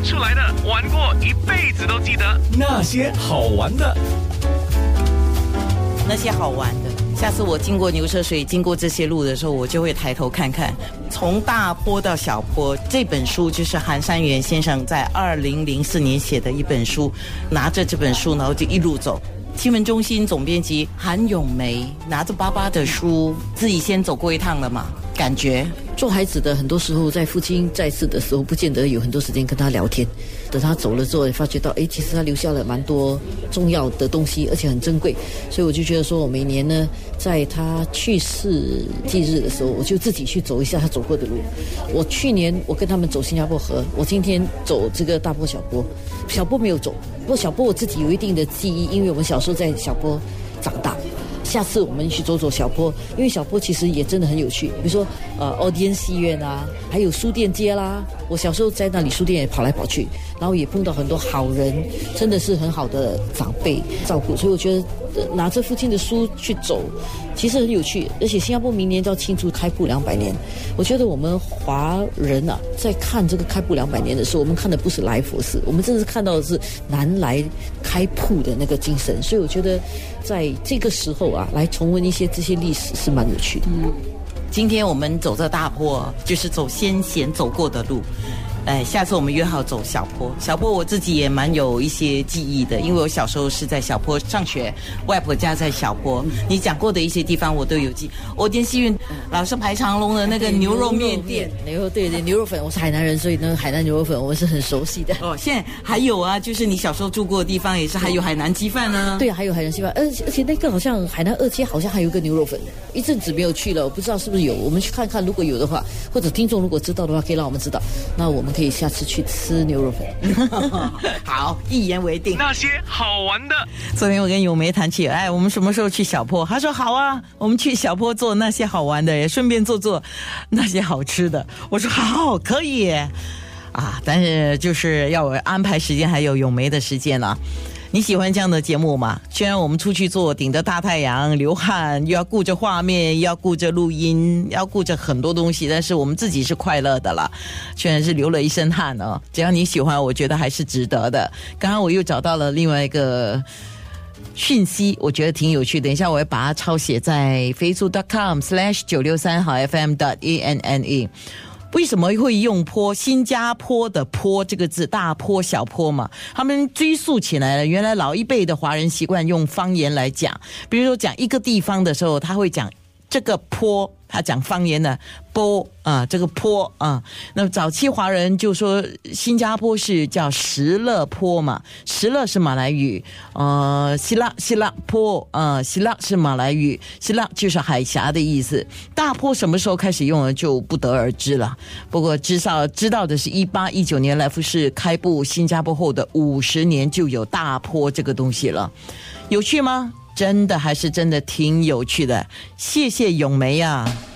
出来的，玩过一辈子都记得。 那些好玩的， 那些好玩的。下次我经过牛车水，经过这些路的时候，我就会抬头看看。从大坡到小坡，这本书就是韩山元先生在2004年写的一本书。拿着这本书，然后就一路走。新闻中心总编辑韩咏梅拿着爸爸的书，自己先走过一趟了嘛？感觉做孩子的很多时候在父亲在世的时候不见得有很多时间跟他聊天，等他走了之后也发觉到其实他留下了蛮多重要的东西，而且很珍贵。所以我就觉得说我每年呢在他去世忌日的时候，我就自己去走一下他走过的路。我去年我跟他们走新加坡河，我今天走这个大坡小坡。小坡没有走，不过小坡我自己有一定的记忆，因为我们小时候在小坡长大。下次我们去走走小坡，因为小坡其实也真的很有趣，比如说Audience 戏院啊，还有书店街啦。我小时候在那里书店也跑来跑去，然后也碰到很多好人，真的是很好的长辈照顾，所以我觉得拿着父亲的书去走其实很有趣。而且新加坡明年就要庆祝开埠200年，我觉得我们华人啊在看这个开埠200年的时候，我们看的不是来佛寺，我们真的是看到的是南来开埠的那个精神。所以我觉得在这个时候啊来重温一些这些历史是蛮有趣的。 今天我们走这大坡，就是走先贤走过的路。下次我们约好走小坡。小坡我自己也蛮有一些记忆的，因为我小时候是在小坡上学，外婆家在小坡。你讲过的一些地方我都有记。Audience戏院老是排长龙的那个牛肉面店， 对牛肉粉，我是海南人，所以呢海南牛肉粉我是很熟悉的。 现在还有啊，就是你小时候住过的地方也是还有海南鸡饭呢。 对，还有海南鸡饭，而且那个好像海南2街好像还有一个牛肉粉，一阵子没有去了，我不知道是不是有，我们去看看，如果有的话，或者听众如果知道的话可以让我们知道，那我们可以下次去吃牛肉粉。 好，一言为定。 那些好玩的。 昨天我跟咏梅谈起，我们什么时候去小坡？他说好啊，我们去小坡做那些好玩的，也顺便做那些好吃的。我说好，可以啊，但是就是要安排时间，还有咏梅的时间啊。你喜欢这样的节目吗？虽然我们出去做，顶着大太阳流汗，又要顾着画面，又要顾着录音，要顾着很多东西，但是我们自己是快乐的啦。虽然是流了一身汗哦，只要你喜欢，我觉得还是值得的。刚刚我又找到了另外一个讯息，我觉得挺有趣，等一下我会把它抄写在 facebook.com/963好 FM.ANNE。为什么会用坡？新加坡的坡这个字，大坡小坡嘛，他们追溯起来了，原来老一辈的华人习惯用方言来讲，比如说讲一个地方的时候，他会讲这个坡，他讲方言的坡啊，这个坡啊。那么早期华人就说新加坡是叫石勒坡嘛，石勒是马来语，希腊坡希腊是马来语，希腊就是海峡的意思。大坡什么时候开始用的就不得而知了。不过至少知道的是1819年来福士开埠新加坡后的50年就有大坡这个东西了。有趣吗？真的还是真的挺有趣的。谢谢咏梅啊。